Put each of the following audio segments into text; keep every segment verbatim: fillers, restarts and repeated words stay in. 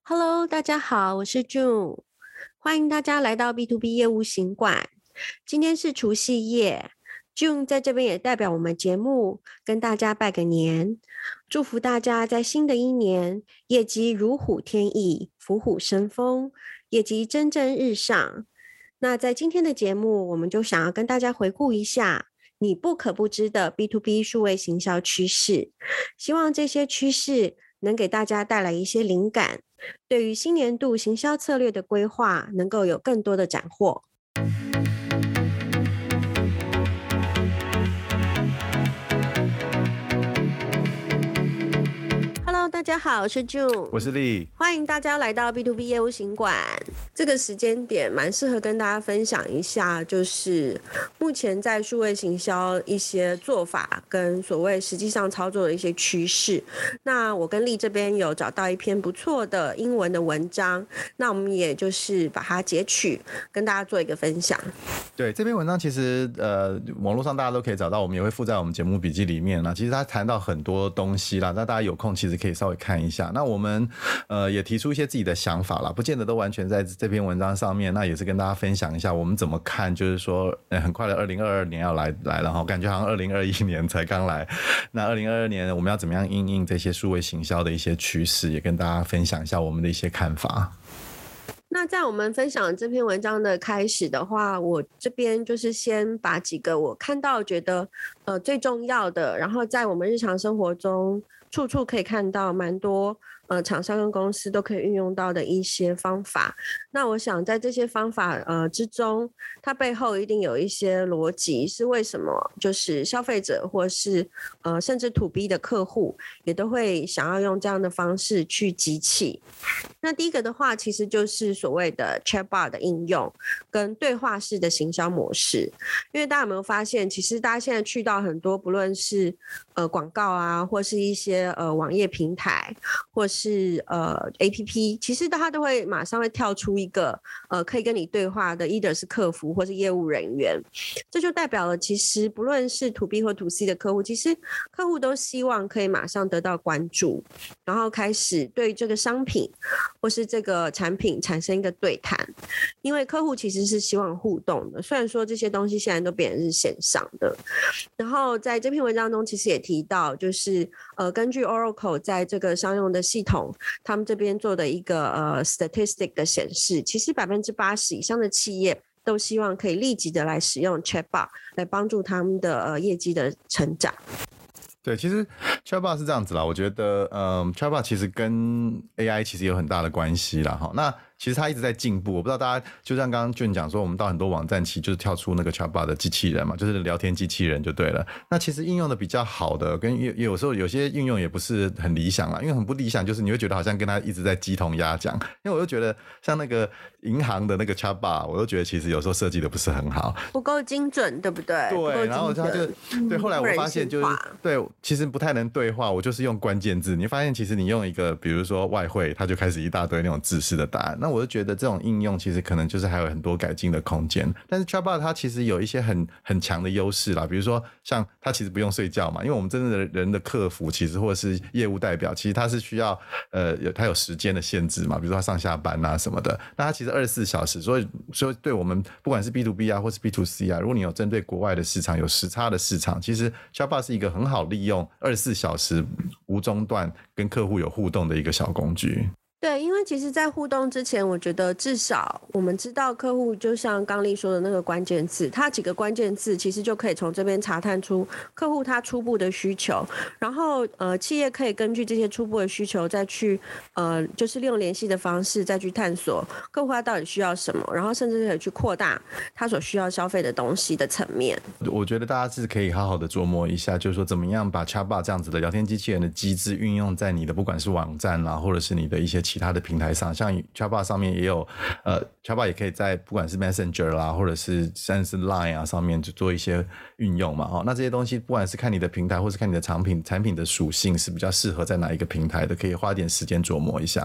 Hello，大家好，我是 June，欢迎大家来到 B to B 业务行馆。今天是除夕夜，June 在这边也代表我们节目跟大家拜个年，祝福大家在新的一年业绩如虎添翼，虎虎生风，业绩蒸蒸日上。那在今天的节目，我们就想要跟大家回顾一下你不可不知的 B to B 数位行销趋势，希望这些趋势能给大家带来一些灵感，对于新年度行销策略的规划能够有更多的斩获。Hello， 大家好，我是 June， 我是丽， 欢迎大家来到 B to B 业务行馆。这个时间点蛮适合跟大家分享一下，就是目前在数位行销一些做法跟所谓实际上操作的一些趋势。那我跟丽这边有找到一篇不错的英文的文章，那我们也就是把它截取跟大家做一个分享。 对，这篇文章其实呃网络上大家都可以找到，我们也会附在我们节目笔记里面啦。其实他谈到很多东西啦，那大家有空其实可以稍微看一下。那我们呃也提出一些自己的想法啦，不见得都完全在这篇文章上面，那也是跟大家分享一下我们怎么看，就是说、呃、很快的二零二二年要来来了齁，感觉好像二零二一年才刚来。那二零二二年我们要怎么样因应这些数位行销的一些趋势，也跟大家分享一下我们的一些看法。 那在我们分享这篇文章的开始的话，我这边就是先把几个我看到觉得呃最重要的，然后在我们日常生活中处处可以看到蛮多呃厂商跟公司都可以运用到的一些方法。那我想在这些方法呃之中，它背后一定有一些逻辑，是为什么就是消费者或是呃甚至 to B 的客户也都会想要用这样的方式去集气。那第一个的话，其实就是所谓的 Chatbot 的应用跟对话式的行销模式。因为大家有没有发现，其实大家现在去到很多不论是呃广告啊，或是一些呃网页平台，或是呃 A P P， 其实它都会马上会跳出一个呃可以跟你对话的 either 是客服或是业务人员。这就代表了其实不论是 to B 或 to C 的客户，其实客户都希望可以马上得到关注，然后开始对这个商品或是这个产品产生一个对谈。因为客户其实是希望互动的，虽然说这些东西现在都变成是线上的。然后在这篇文章中其实也提到，就是呃根据 Oracle 在这个商用的系统他们这边做的一个呃 statistic 的显示，其实百分之八十以上的企业都希望可以立即的来使用 Chatbot 来帮助他们的呃业绩的成长。 对，其实 Chatbot 是这样子啦，我觉得嗯 Chatbot 其实跟 A I 其实有很大的关系啦齁。那其实它一直在进步，我不知道大家就像刚刚俊讲说，我们到很多网站其实就是跳出那个 Chatbot 的机器人嘛，就是聊天机器人就对了。那其实应用的比较好的，跟有时候有些应用也不是很理想啦，因为很不理想就是你会觉得好像跟他一直在鸡同鸭讲。因为我就觉得像那个银行的那个 Chatbot， 我都觉得其实有时候设计的不是很好， 不够精准，对不对？ 对，然后他就对，后来我发现就是对，其实不太能对话，我就是用关键字。你发现其实你用一个比如说外汇，它就开始一大堆那种制式的答案。那我就觉得这种应用其实可能就是还有很多改进的空间。但是 Chatbot 它其实有一些很很强的优势啦，比如说像它其实不用睡觉嘛，因为我们真正的人的客服其实或者是业务代表，其实它是需要呃有它有时间的限制嘛，比如说他上下班啊什么的。那它其实二十四小时，所以所以对我们不管是 B to B 啊或是 B to C 啊，如果你有针对国外的市场有时差的市场，其实 Chatbot 是一个很好利用二十四小时无中断跟客户有互动的一个小工具。 对，因为其实在互动之前，我觉得至少我们知道客户就像刚丽说的那个关键字，他几个关键字其实就可以从这边查探出客户他初步的需求，然后呃企业可以根据这些初步的需求再去呃就是利用联系的方式再去探索客户他到底需要什么，然后甚至可以去扩大他所需要消费的东西的层面。 我觉得大家是可以好好的琢磨一下，就是说怎么样把 Chatbot 这样子的聊天机器人的机制运用在你的不管是网站啦，或者是你的一些其他的平台上，像 Chatbot 上面也有呃 Chatbot 也可以在不管是 Messenger 啦，或者是甚至是 Line 啊上面就做一些运用嘛。哦，那这些东西不管是看你的平台，或是看你的产品产品的属性是比较适合在哪一个平台的，可以花点时间琢磨一下。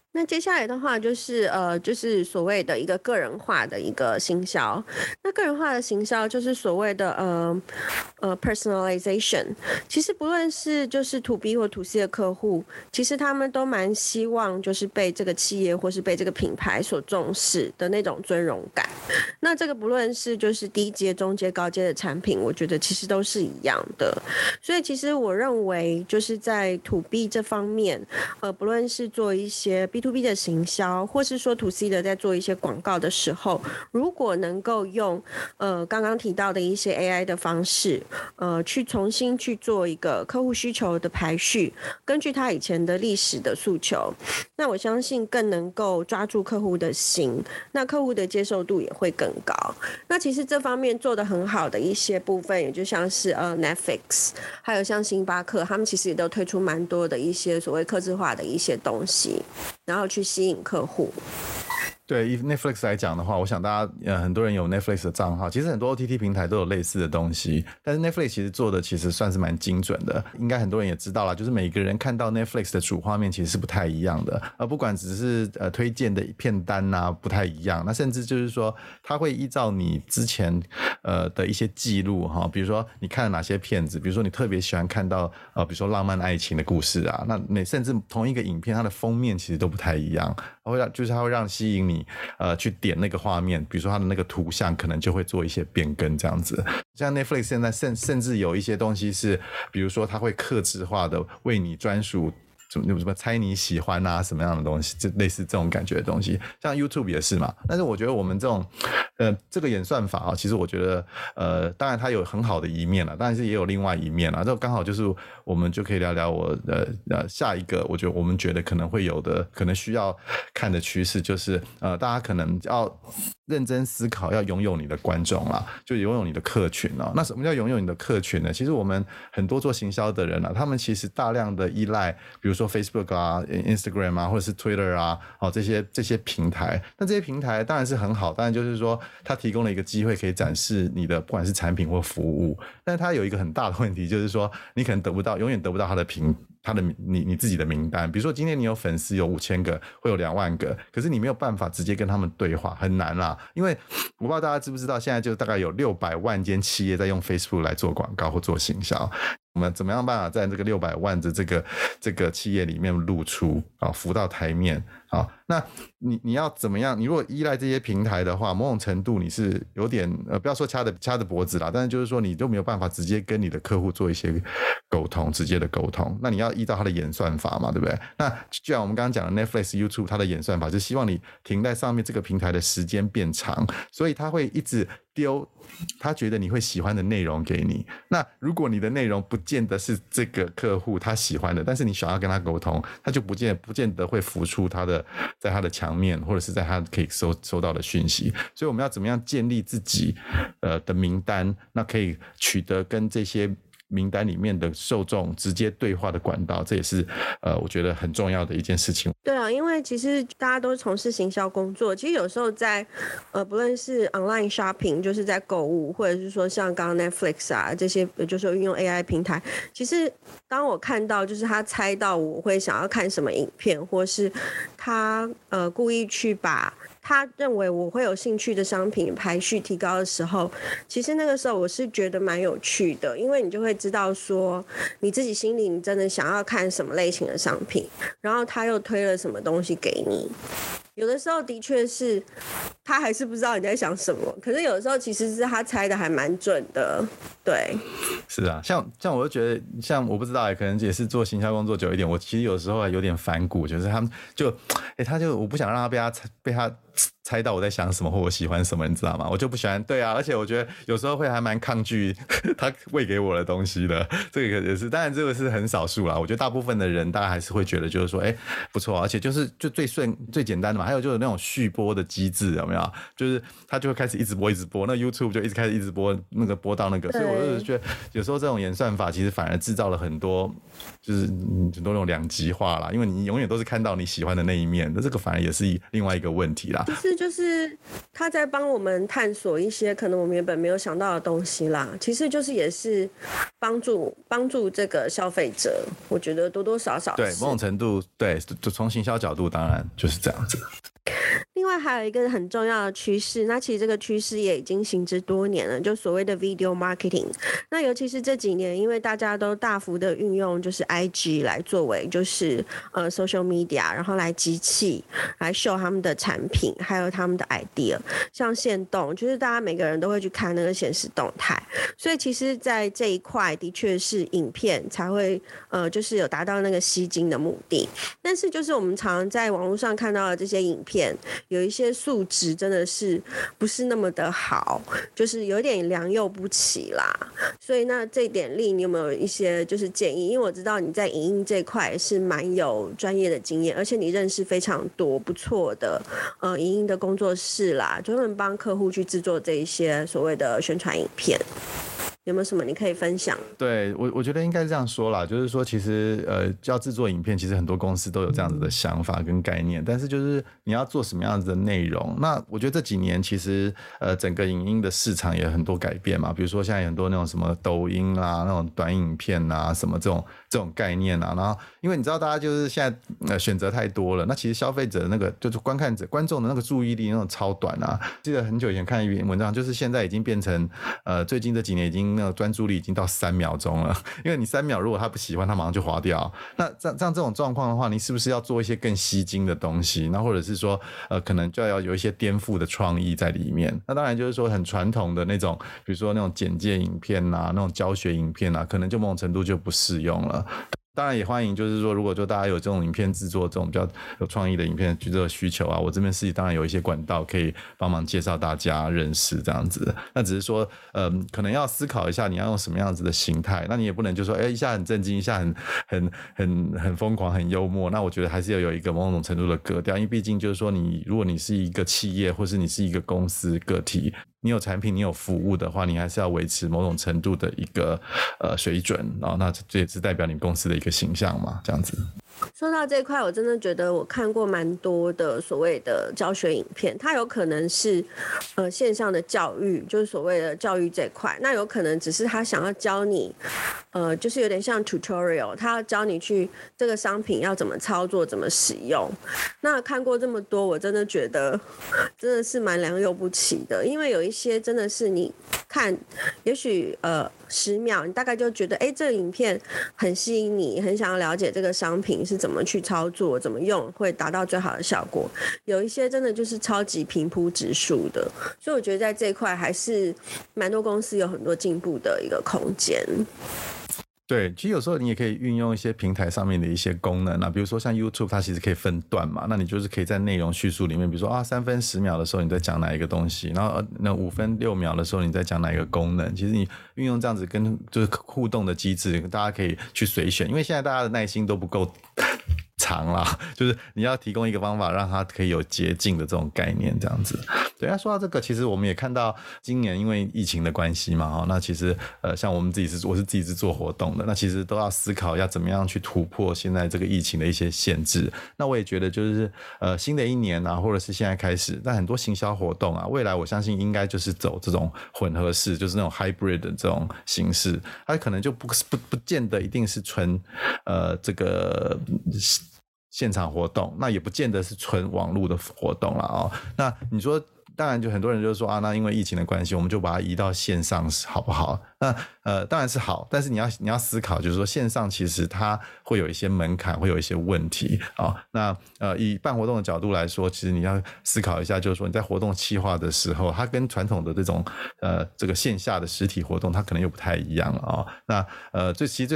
那接下来的话就是呃，就是所谓的一个个人化的一个行销。那个人化的行销就是所谓的呃呃 personalization。其实不论是就是 to B 或 to C 的客户，其实他们都蛮希望就是被这个企业或是被这个品牌所重视的那种尊荣感。那这个不论是就是低阶、中阶、高阶的产品，我觉得其实都是一样的。所以其实我认为就是在 to B 这方面，呃，不论是做一些 B to B 的行销，或是说 to C 的在做一些广告的时候，如果能够用呃刚刚提到的一些 A I 的方式，呃，去重新去做一个客户需求的排序，根据他以前的历史的诉求，那我相信更能够抓住客户的心，那客户的接受度也会更高。那其实这方面做得很好的一些部分，也就像是呃 Netflix， 还有像星巴克，他们其实也都推出蛮多的一些所谓客制化的一些东西，然后去吸引客户。 对，以 Netflix 来讲的话，我想大家呃很多人有 Netflix 的账号，其实很多 O T T 平台都有类似的东西，但是 Netflix 其实做的其实算是蛮精准的，应该很多人也知道啦，就是每个人看到 Netflix 的主画面其实是不太一样的，而不管只是呃推荐的片单啊不太一样，那甚至就是说它会依照你之前呃的一些记录哈，比如说你看了哪些片子，比如说你特别喜欢看到呃比如说浪漫爱情的故事啊，那你甚至同一个影片它的封面其实都不太一样，它会让就是它会让吸引你呃，去点那个画面，比如说它的那个图像可能就会做一些变更这样子。像 Netflix 现在甚甚至有一些东西是，比如说它会客制化的为你专属什么什么猜你喜欢啊什么样的东西，就类似这种感觉的东西。像 YouTube 也是嘛，但是我觉得我们这种呃这个演算法啊，其实我觉得呃当然它有很好的一面啦，但是也有另外一面啦。这刚好就是我们就可以聊聊我呃呃下一个我觉得我们觉得可能会有的可能需要看的趋势，就是呃大家可能要认真思考要拥有你的观众啦，就拥有你的客群啊。那什么叫拥有你的客群呢？其实我们很多做行销的人啊，他们其实大量的依赖比如说 Facebook 啊 Instagram 啊或者是 Twitter 啊、哦、这些这些平台。那这些平台当然是很好，当然就是说它提供了一个机会可以展示你的不管是产品或服务，但是它有一个很大的问题，就是说你可能得不到永远得不到它的评他的你你自己的名单，比如说今天你有粉丝有五千个，会有两万个，可是你没有办法直接跟他们对话，很难啦。因为我不知道大家知不知道，现在就大概有六百万间企业在用 Facebook 来做广告或做行销。我们怎么样办法在这个六百万的这个这个企业里面露出啊，浮到台面啊？那你你要怎么样？你如果依赖这些平台的话，某种程度你是有点呃，不要说掐着掐着脖子啦，但是就是说你都没有办法直接跟你的客户做一些沟通，直接的沟通。那你要依照它的演算法嘛，对不对？那既然我们刚刚讲的 Netflix、YouTube 它的演算法，就希望你停在上面这个平台的时间变长，所以它会一直丢他觉得你会喜欢的内容给你。那如果你的内容不见得是这个客户他喜欢的，但是你想要跟他沟通，他就不见不见得会浮出他的在他的墙面，或者是在他可以收收到的讯息。所以我们要怎么样建立自己呃的名单，那可以取得跟这些名单里面的受众直接对话的管道，这也是呃我觉得很重要的一件事情。 对啊，因为其实大家都从事行销工作，其实有时候在呃不论是 online shopping 就是在购物，或者是说像刚刚 Netflix 啊这些就是运用 A I 平台，其实当我看到就是他猜到我会想要看什么影片，或是他呃故意去把他认为我会有兴趣的商品排序提高的时候，其实那个时候我是觉得蛮有趣的，因为你就会知道说你自己心里你真的想要看什么类型的商品，然后他又推了什么东西给你。有的时候的确是他还是不知道你在想什么，可是有的时候其实是他猜的还蛮准的。对，是啊，像像我就觉得，像我不知道，可能也是做行销工作久一点，我其实有时候有点反骨，就是他们就，哎，他就我不想让他被他被他猜到我在想什么或我喜欢什么，你知道吗？我就不喜欢，对啊，而且我觉得有时候会还蛮抗拒他喂给我的东西的，这个也是，当然这个是很少数啦。我觉得大部分的人大家还是会觉得就是说，哎，不错，而且就是就最顺最简单的嘛。还有就是那种续播的机制有没有？ 有？就是他就会开始一直播一直播，那 YouTube 就一直开始一直播那个播到那个，所以我就觉得有时候这种演算法其实反而制造了很多就是很多那种两极化啦，因为你永远都是看到你喜欢的那一面，那这个反而也是另外一个问题啦。 其实就是他在帮我们探索一些可能我们原本没有想到的东西啦，其实就是也是帮助帮助这个消费者，我觉得多多少少对某种程度，对，就从行销角度当然就是这样子。 另外还有一个很重要的趋势，那其实这个趋势也已经行之多年了，就所谓的 video marketing。那尤其是这几年，因为大家都大幅的运用就是 I G 来作为就是呃 social media， 然后来集气来秀他们的产品，还有他们的 idea。像限动，就是大家每个人都会去看那个限时动态，所以其实在这一块的确是影片才会呃就是有达到那个吸睛的目的。但是就是我们常常在网络上看到的这些影片，有一些素质真的是不是那么的好，就是有点良莠不齐啦。所以那这一点力你有没有一些就是建议？因为我知道你在影音这块是蛮有专业的经验，而且你认识非常多不错的呃影音的工作室啦，专门帮客户去制作这一些所谓的宣传影片。有没有什么你可以分享？ 对，我我觉得应该这样说啦，就是说其实呃要制作影片，其实很多公司都有这样子的想法跟概念，但是就是你要做什么样子的内容。那我觉得这几年其实呃整个影音的市场也有很多改变嘛，比如说现在有很多那种什么抖音啊，那种短影片啊，什么这种这种概念啊，然后因为你知道大家就是现在呃选择太多了，那其实消费者的那个就是观看者观众的那个注意力那种超短啊。记得很久以前看一篇文章，就是现在已经变成呃最近这几年已经那个专注力已经到三秒钟了，因为你三秒如果他不喜欢，他马上就滑掉。那这样这样这种状况的话，你是不是要做一些更吸睛的东西？那或者是说，呃，可能就要有一些颠覆的创意在里面。那当然就是说很传统的那种，比如说那种简介影片啊，那种教学影片啊，可能就某种程度就不适用了。当然也欢迎，就是说，如果就大家有这种影片制作这种比较有创意的影片制作需求啊，我这边是当然有一些管道可以帮忙介绍大家认识这样子。那只是说，嗯，可能要思考一下你要用什么样子的形态。那你也不能就说，哎、欸，一下很震惊，一下很很很很疯狂，很幽默。那我觉得还是要有一个某种程度的格调，因为毕竟就是说你，如果你是一个企业，或是你是一个公司个体。你有产品，你有服务的话，你还是要维持某种程度的一个呃水准，然后那这也是代表你公司的一个形象嘛，这样子。 说到这一块，我真的觉得我看过蛮多的所谓的教学影片，它有可能是呃线上的教育，就是所谓的教育这块，那有可能只是他想要教你，呃，就是有点像 tutorial， 他要教你去这个商品要怎么操作、怎么使用。那看过这么多，我真的觉得真的是蛮良莠不齐的，因为有一些真的是你看，也许呃十秒，你大概就觉得，哎，这个影片很吸引你，很想要了解这个商品是怎么去操作，怎么用会达到最好的效果。有一些真的就是超级平铺直述的，所以我觉得在这一块还是蛮多公司有很多进步的一个空间。 对，其实有时候你也可以运用一些平台上面的一些功能啊，比如说像 YouTube 它其实可以分段嘛，那你就是可以在内容叙述里面，比如说啊三分十秒的时候你在讲哪一个东西，然后那五分六秒的时候你在讲哪一个功能，其实你运用这样子跟就是互动的机制，大家可以去随选，因为现在大家的耐心都不够长啦，就是你要提供一个方法让它可以有捷径的这种概念这样子。对，那说到这个，其实我们也看到今年因为疫情的关系嘛，那其实呃像我们自己是我是自己是做活动的，那其实都要思考要怎么样去突破现在这个疫情的一些限制。那我也觉得就是呃新的一年啊，或者是现在开始，但很多行销活动啊，未来我相信应该就是走这种混合式，就是那种 hybrid 的这种形式，它可能就不不不见得一定是纯呃这个现场活动，那也不见得是纯网络的活动了哦。那你说，当然就很多人就说啊，那因为疫情的关系，我们就把它移到线上好不好？那呃当然是好，但是你要你要思考，就是说线上其实它会有一些门槛，会有一些问题啊、哦。那呃以办活动的角度来说，其实你要思考一下，就是说你在活动企划的时候，它跟传统的这种呃这个线下的实体活动，它可能又不太一样了啊、哦。那呃最其实最常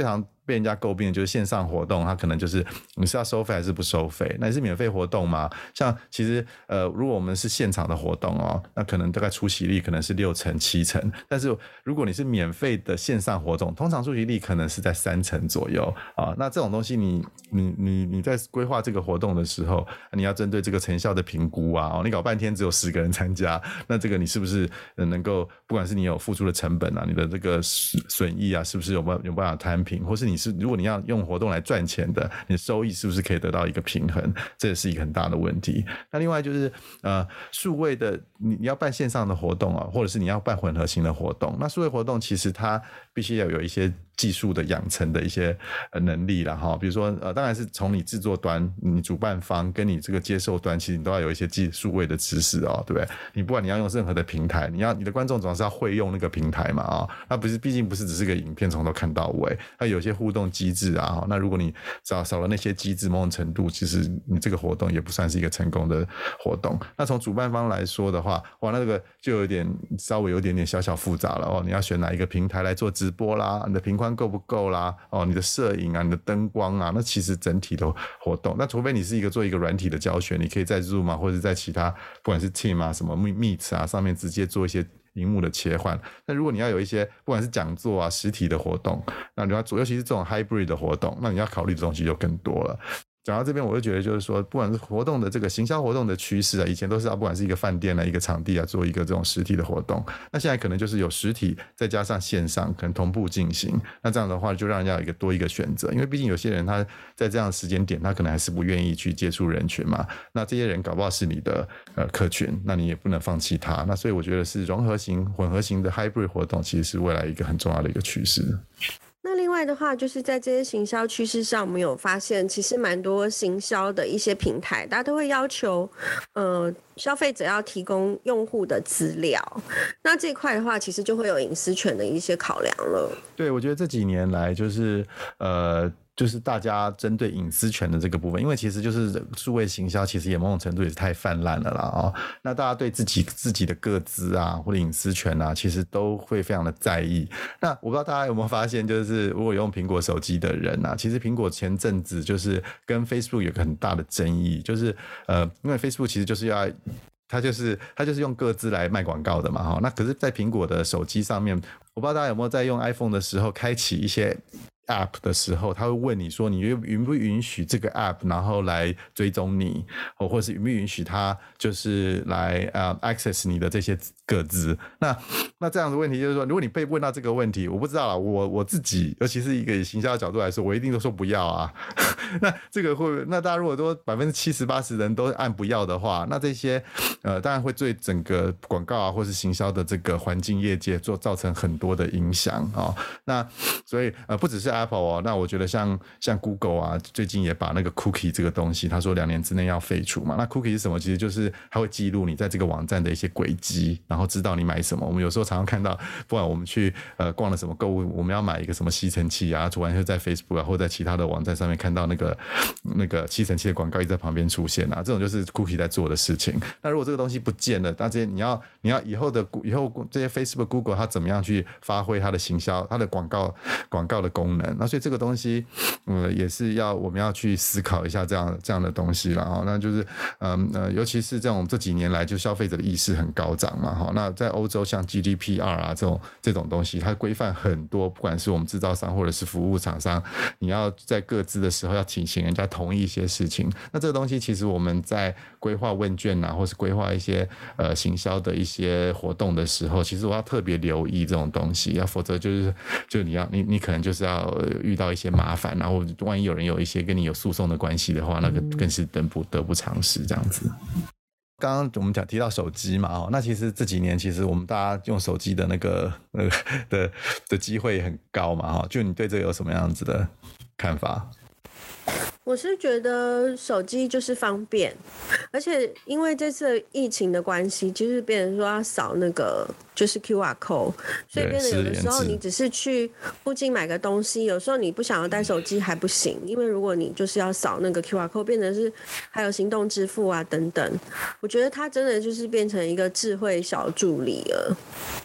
被人家诟病的就是线上活动，它可能就是你是要收费还是不收费？那你是免费活动吗？像其实呃，如果我们是现场的活动哦，那可能大概出席率可能是六成七成，但是如果你是免费的线上活动，通常出席率可能是在三成左右啊。那这种东西你你你你在规划这个活动的时候，你要针对这个成效的评估啊，哦，你搞半天只有十个人参加，那这个你是不是能够，不管是你有付出的成本啊，你的这个损益啊，是不是有办有办法摊平，或是你是如果你要用活动来赚钱的，你的收益是不是可以得到一个平衡，这也是一个很大的问题。那另外就是呃，数位的你要办线上的活动啊，或者是你要办混合型的活动，那数位活动其实它必须要有一些技术的养成的一些能力啦齁，比如说呃，当然是从你制作端，你主办方跟你这个接受端，其实你都要有一些技术位的知识哦，对不对？你不管你要用任何的平台，你要你的观众总是要会用那个平台嘛啊、哦，那不是毕竟不是只是个影片从头看到尾，它有些互动机制啊、哦，那如果你少少了那些机制，某种程度其实你这个活动也不算是一个成功的活动。那从主办方来说的话，哇，那这个就有点稍微有点点小小复杂了哦，你要选哪一个平台来做直播啦，你的频宽够不够啦，哦，你的摄影啊，你的灯光啊，那其实整体的活动，那除非你是一个做一个软体的教学，你可以在 Zoom 啊，或者在其他不管是 Team 啊、什么 Meet 啊上面直接做一些萤幕的切换。那如果你要有一些不管是讲座啊、实体的活动，那你要做，尤其是这种 Hybrid 的活动，那你要考虑的东西就更多了。讲到这边，我就觉得就是说，不管是活动的这个行销活动的趋势啊，以前都是要不管是一个饭店啊、一个场地啊，做一个这种实体的活动，那现在可能就是有实体再加上线上，可能同步进行。那这样的话，就让人家有一个多一个选择，因为毕竟有些人他在这样的时间点，他可能还是不愿意去接触人群嘛。那这些人搞不好是你的呃客群，那你也不能放弃他。那所以我觉得是融合型、混合型的 hybrid 活动，其实是未来一个很重要的一个趋势。 那另外的话，就是在这些行销趋势上，我们有发现，其实蛮多行销的一些平台，大家都会要求，呃，消费者要提供用户的资料。那这一块的话，其实就会有隐私权的一些考量了。 对，我觉得这几年来就是呃。就是大家针对隐私权的这个部分，因为其实就是数位行销，其实也某种程度也是太泛滥了啦哦。那大家对自己自己的个资啊或者隐私权啊，其实都会非常的在意。那我不知道大家有没有发现，就是如果用苹果手机的人啊，其实苹果前阵子就是跟 Facebook 有个很大的争议，就是呃，因为 Facebook 其实就是要。它就是它就是用个资来卖广告的嘛哈，那可是，在苹果的手机上面，我不知道大家有没有在用 iPhone 的时候开启一些 App 的时候，他会问你说，你允不允许这个 App 然后来追踪你，或者是允不允许它就是来呃 access 你的这些个资。那那这样的问题就是说，如果你被问到这个问题，我不知道啦，我我自己，尤其是一个以行销的角度来说，我一定都说不要啊。那这个会，那大家如果说百分之七十八十人都按不要的话，那这些呃当然会对整个广告啊或是行销的这个环境业界做造成很多的影响啊、哦。那所以呃不只是 Apple 哦，那我觉得像像 Google 啊，最近也把那个 Cookie 这个东西，他说两年之内要废除嘛。那 Cookie 是什么？其实就是它会记录你在这个网站的一些轨迹，然后知道你买什么。我们有时候常常看到，不管我们去呃逛了什么购物，我们要买一个什么吸尘器啊，突然就在 Facebook 啊或者在其他的网站上面看到那个那个吸尘器的广告一直在旁边出现啊，这种就是 Cookie 在做的事情。那如果这个东西不见了，那这些你要你要以后的以后这些 Facebook、Google 它怎么样去发挥它的行销、它的广告广告的功能？那所以这个东西，嗯，也是要我们要去思考一下这样这样的东西了哈。那就是嗯呃，尤其是这种这几年来就消费者的意识很高涨嘛哈。那在欧洲像 G D P R 啊这种这种东西，它规范很多，不管是我们制造商或者是服务厂商，你要在各自的时候要提醒人家同意一些事情。那这个东西其实我们在规划问卷啊，或是规划一些呃行销的一些活动的时候，其实我要特别留意这种东西，要否则就是就你要你你可能就是要遇到一些麻烦，然后万一有人有一些跟你有诉讼的关系的话，那个更是得不得不偿失这样子。刚刚我们讲提到手机嘛，哦，那其实这几年其实我们大家用手机的那个呃的的机会很高嘛，哈，就你对这个有什么样子的看法？ 我是觉得手机就是方便，而且因为这次疫情的关系，就是变成说要扫那个就是 Q R code， 所以变得有的时候你只是去附近买个东西，有时候你不想要带手机还不行，因为如果你就是要扫那个 Q R code， 变成是还有行动支付啊等等，我觉得它真的就是变成一个智慧小助理了。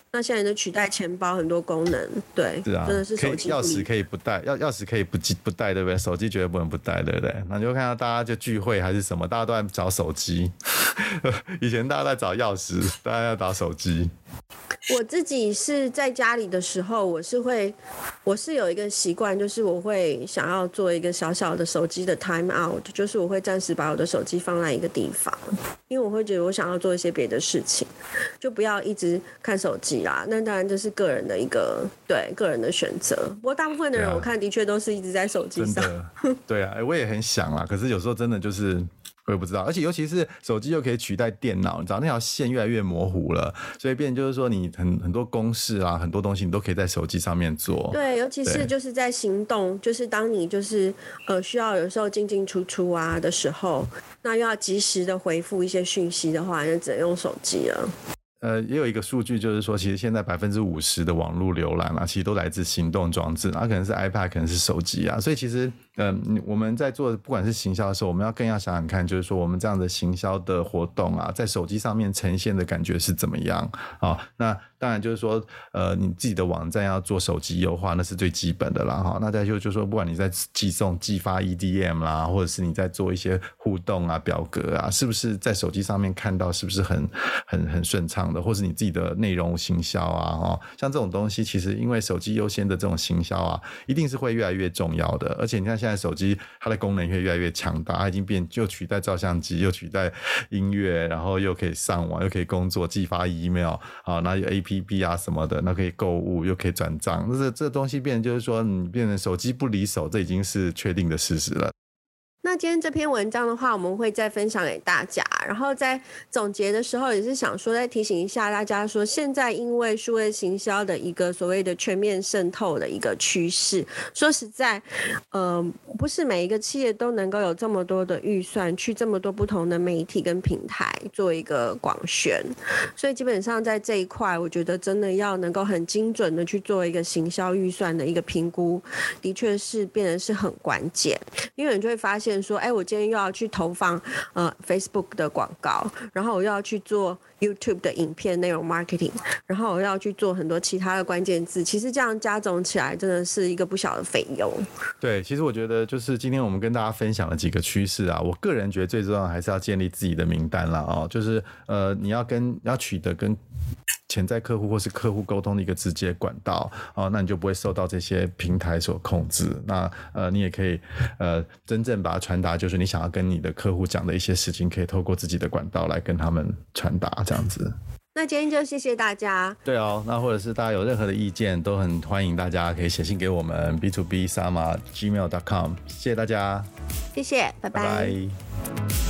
那现在就取代钱包很多功能，对， 是啊， 真的是手机钥匙可以不带，钥钥匙可以不不带，对不对？手机绝对不能不带，对不对？那你就看到大家就聚会还是什么，大家都在找手机，以前大家在找钥匙，大家在找手机。 我自己是在家里的时候，我是会，我是有一个习惯，就是我会想要做一个小小的手机的 time out， 就是我会暂时把我的手机放在一个地方，因为我会觉得我想要做一些别的事情，就不要一直看手机啦。那当然这是个人的一个对个人的选择，不过大部分的人我看的确都是一直在手机上。 真的，对啊，我也很想啦，可是有时候真的就是。我也不知道，而且尤其是手机又可以取代电脑，你知道那条线越来越模糊了，所以变就是说你很很多公式啊，很多东西你都可以在手机上面做。 对，尤其是就是在行动，就是当你就是呃需要有时候进进出出啊的时候，那又要及时的回复一些讯息的话，那只能用手机了。 呃，也有一个数据，就是说，其实现在百分之五十的网络浏览啊，其实都来自行动装置，它可能是 iPad， 可能是手机啊。所以其实，嗯、呃，我们在做不管是行销的时候，我们要更要想想看，就是说我们这样的行销的活动啊，在手机上面呈现的感觉是怎么样啊、哦？那当然就是说，呃，你自己的网站要做手机优化，那是最基本的啦。哈、哦，那再就就是说，不管你在寄送、寄发 E D M 啦，或者是你在做一些互动啊、表格啊，是不是在手机上面看到是不是很很很顺畅？或是你自己的内容行销啊，哦，像这种东西，其实因为手机优先的这种行销啊，一定是会越来越重要的。而且你看现在手机它的功能会越来越强大，它已经变又取代照相机，又取代音乐，然后又可以上网，又可以工作，寄发 email 啊，那有 A P P 啊什么的，那可以购物，又可以转账。那这这东西变成就是说，你变成手机不离手，这已经是确定的事实了。 那今天这篇文章的话，我们会再分享给大家，然后在总结的时候也是想说再提醒一下大家说，现在因为数位行销的一个所谓的全面渗透的一个趋势，说实在呃，不是每一个企业都能够有这么多的预算去这么多不同的媒体跟平台做一个广宣，所以基本上在这一块我觉得真的要能够很精准的去做一个行销预算的一个评估，的确是变得是很关键，因为你就会发现说，哎，我今天又要去投放呃 Facebook 的广告，然后我又要去做 YouTube 的影片内容 marketing， 然后我又要去做很多其他的关键字，其实这样加总起来真的是一个不小的费用。 对，其实我觉得就是今天我们跟大家分享了几个趋势啊，我个人觉得最重要的还是要建立自己的名单啦哦，就是呃你要跟要取得跟潜在客户或是客户沟通的一个直接管道哦，那你就不会受到这些平台所控制。那呃，你也可以呃真正把它传达，就是你想要跟你的客户讲的一些事情，可以透过自己的管道来跟他们传达，这样子。 那今天就谢谢大家。对哦，那或者是大家有任何的意见，都很欢迎大家可以写信给我们 b to b sama gmail dot com。谢谢大家， 谢谢，拜拜。 拜拜。